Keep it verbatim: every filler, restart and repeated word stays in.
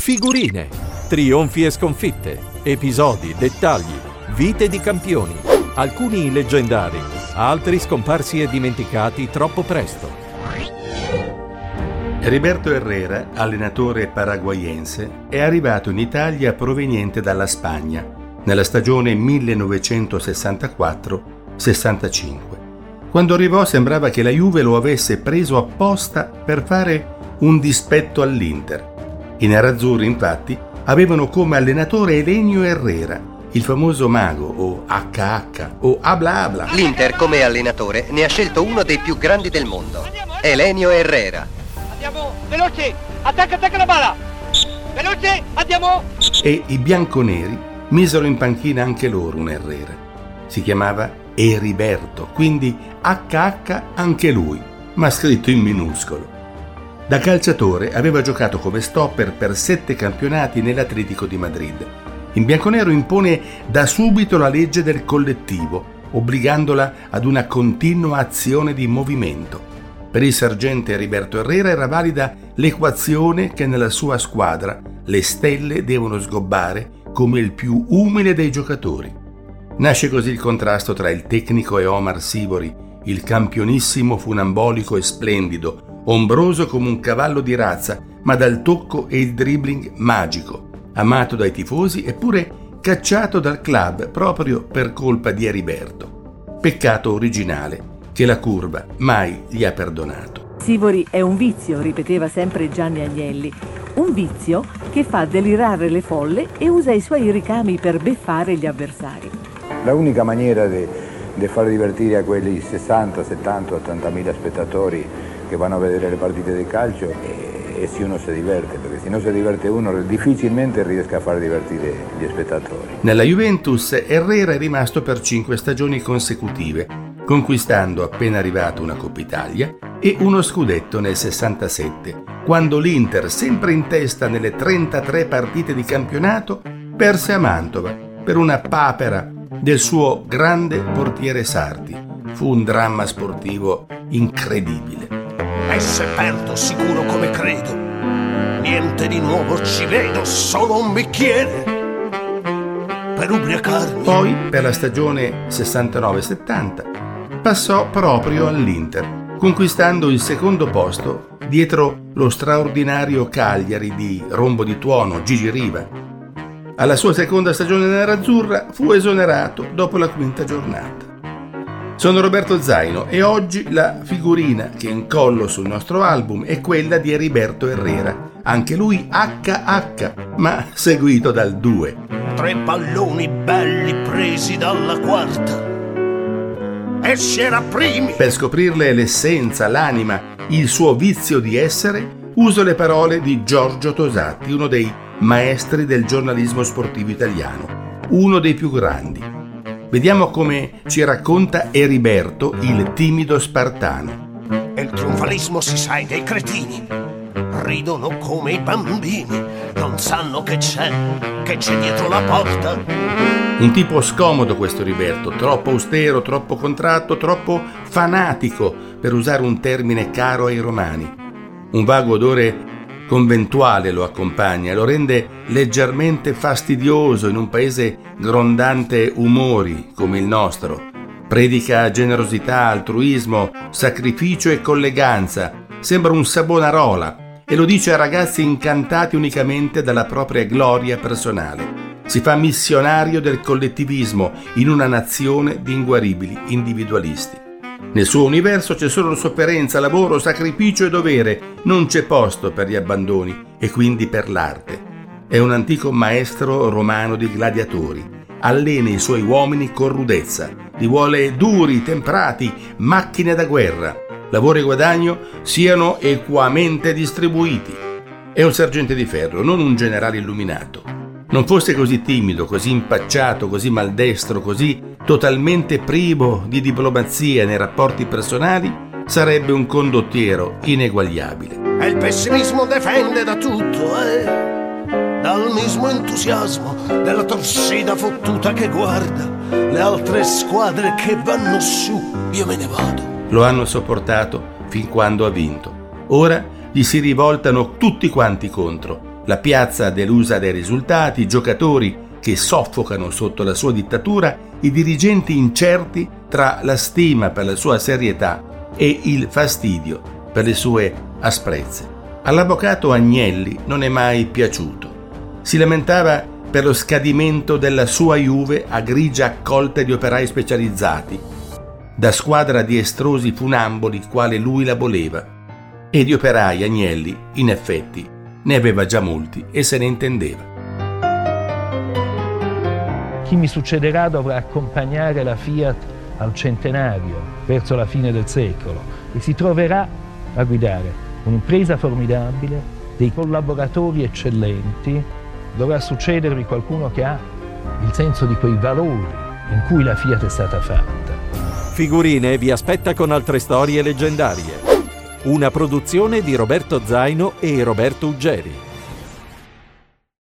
Figurine, trionfi e sconfitte, episodi, dettagli, vite di campioni, alcuni leggendari, altri scomparsi e dimenticati troppo presto. Heriberto Herrera, allenatore paraguaiense, è arrivato in Italia proveniente dalla Spagna nella stagione millenovecentosessantaquattro sessantacinque. Quando arrivò sembrava che la Juve lo avesse preso apposta per fare un dispetto all'Inter. I nerazzurri, infatti, avevano come allenatore Helenio Herrera, il famoso mago, o acca acca, o habla habla. L'Inter, come allenatore, ne ha scelto uno dei più grandi del mondo, Helenio Herrera. Andiamo, veloce, attacca, attacca la palla, veloce, andiamo. E i bianconeri misero in panchina anche loro un Herrera. Si chiamava Heriberto, quindi acca acca anche lui, ma scritto in minuscolo. Da calciatore aveva giocato come stopper per sette campionati nell'Atletico di Madrid. In bianconero impone da subito la legge del collettivo, obbligandola ad una continua azione di movimento. Per il sergente Heriberto Herrera era valida l'equazione che nella sua squadra le stelle devono sgobbare come il più umile dei giocatori. Nasce così il contrasto tra il tecnico e Omar Sivori, il campionissimo funambolico e splendido, ombroso come un cavallo di razza, ma dal tocco e il dribbling magico, amato dai tifosi eppure cacciato dal club proprio per colpa di Heriberto. Peccato originale che la curva mai gli ha perdonato. Sivori è un vizio, ripeteva sempre Gianni Agnelli, un vizio che fa delirare le folle e usa i suoi ricami per beffare gli avversari. La unica maniera di far divertire a quelli sessanta, settanta, ottanta mila spettatori che vanno a vedere le partite di calcio è, è se uno si diverte, perché se non si diverte uno difficilmente riesca a far divertire gli spettatori. Nella Juventus Herrera è rimasto per cinque stagioni consecutive, conquistando appena arrivato una Coppa Italia e uno scudetto nel sessantasette, quando l'Inter, sempre in testa nelle trentatré partite di campionato, perse a Mantova per una papera del suo grande portiere Sarti. Fu un dramma sportivo incredibile. E se perdo sicuro come credo, niente di nuovo ci vedo, solo un bicchiere per ubriacarmi. Poi, per la stagione sessantanove settanta, passò proprio all'Inter, conquistando il secondo posto dietro lo straordinario Cagliari di Rombo di Tuono, Gigi Riva. Alla sua seconda stagione nerazzurra fu esonerato dopo la quinta giornata. Sono Roberto Zaino e oggi la figurina che incollo sul nostro album è quella di Heriberto Herrera, anche lui acca acca, ma seguito dal due. Tre palloni belli presi dalla quarta e si era primi. Per scoprirle l'essenza, l'anima, il suo vizio di essere, uso le parole di Giorgio Tosatti, uno dei maestri del giornalismo sportivo italiano, uno dei più grandi. Vediamo come ci racconta Heriberto, il timido spartano. E il trionfalismo, si sa, è dei cretini. Ridono come i bambini, non sanno che c'è, che c'è dietro la porta. Un tipo scomodo questo Heriberto, troppo austero, troppo contratto, troppo fanatico, per usare un termine caro ai romani. Un vago odore conventuale lo accompagna e lo rende leggermente fastidioso in un paese grondante umori come il nostro. Predica generosità, altruismo, sacrificio e colleganza. Sembra un Savonarola e lo dice a ragazzi incantati unicamente dalla propria gloria personale. Si fa missionario del collettivismo in una nazione di inguaribili individualisti. Nel suo universo c'è solo sofferenza, lavoro, sacrificio e dovere, non c'è posto per gli abbandoni e quindi per l'arte. È un antico maestro romano di gladiatori, allena i suoi uomini con rudezza, li vuole duri, temprati, macchine da guerra, lavoro e guadagno siano equamente distribuiti. È un sergente di ferro, non un generale illuminato. Non fosse così timido, così impacciato, così maldestro, così totalmente privo di diplomazia nei rapporti personali, sarebbe un condottiero ineguagliabile. E il pessimismo difende da tutto, eh? Dal mismo entusiasmo della torsida fottuta che guarda le altre squadre che vanno su, io me ne vado. Lo hanno sopportato fin quando ha vinto. Ora gli si rivoltano tutti quanti contro. La piazza delusa dai risultati, i giocatori che soffocano sotto la sua dittatura, i dirigenti incerti tra la stima per la sua serietà e il fastidio per le sue asprezze. All'avvocato Agnelli non è mai piaciuto. Si lamentava per lo scadimento della sua Juve a grigia accolta di operai specializzati, da squadra di estrosi funamboli quale lui la voleva. E di operai Agnelli, in effetti, ne aveva già molti e se ne intendeva. Chi mi succederà dovrà accompagnare la Fiat al centenario, verso la fine del secolo, e si troverà a guidare un'impresa formidabile, dei collaboratori eccellenti. Dovrà succedermi qualcuno che ha il senso di quei valori in cui la Fiat è stata fatta. Figurine vi aspetta con altre storie leggendarie. Una produzione di Roberto Zaino e Roberto Uggeri.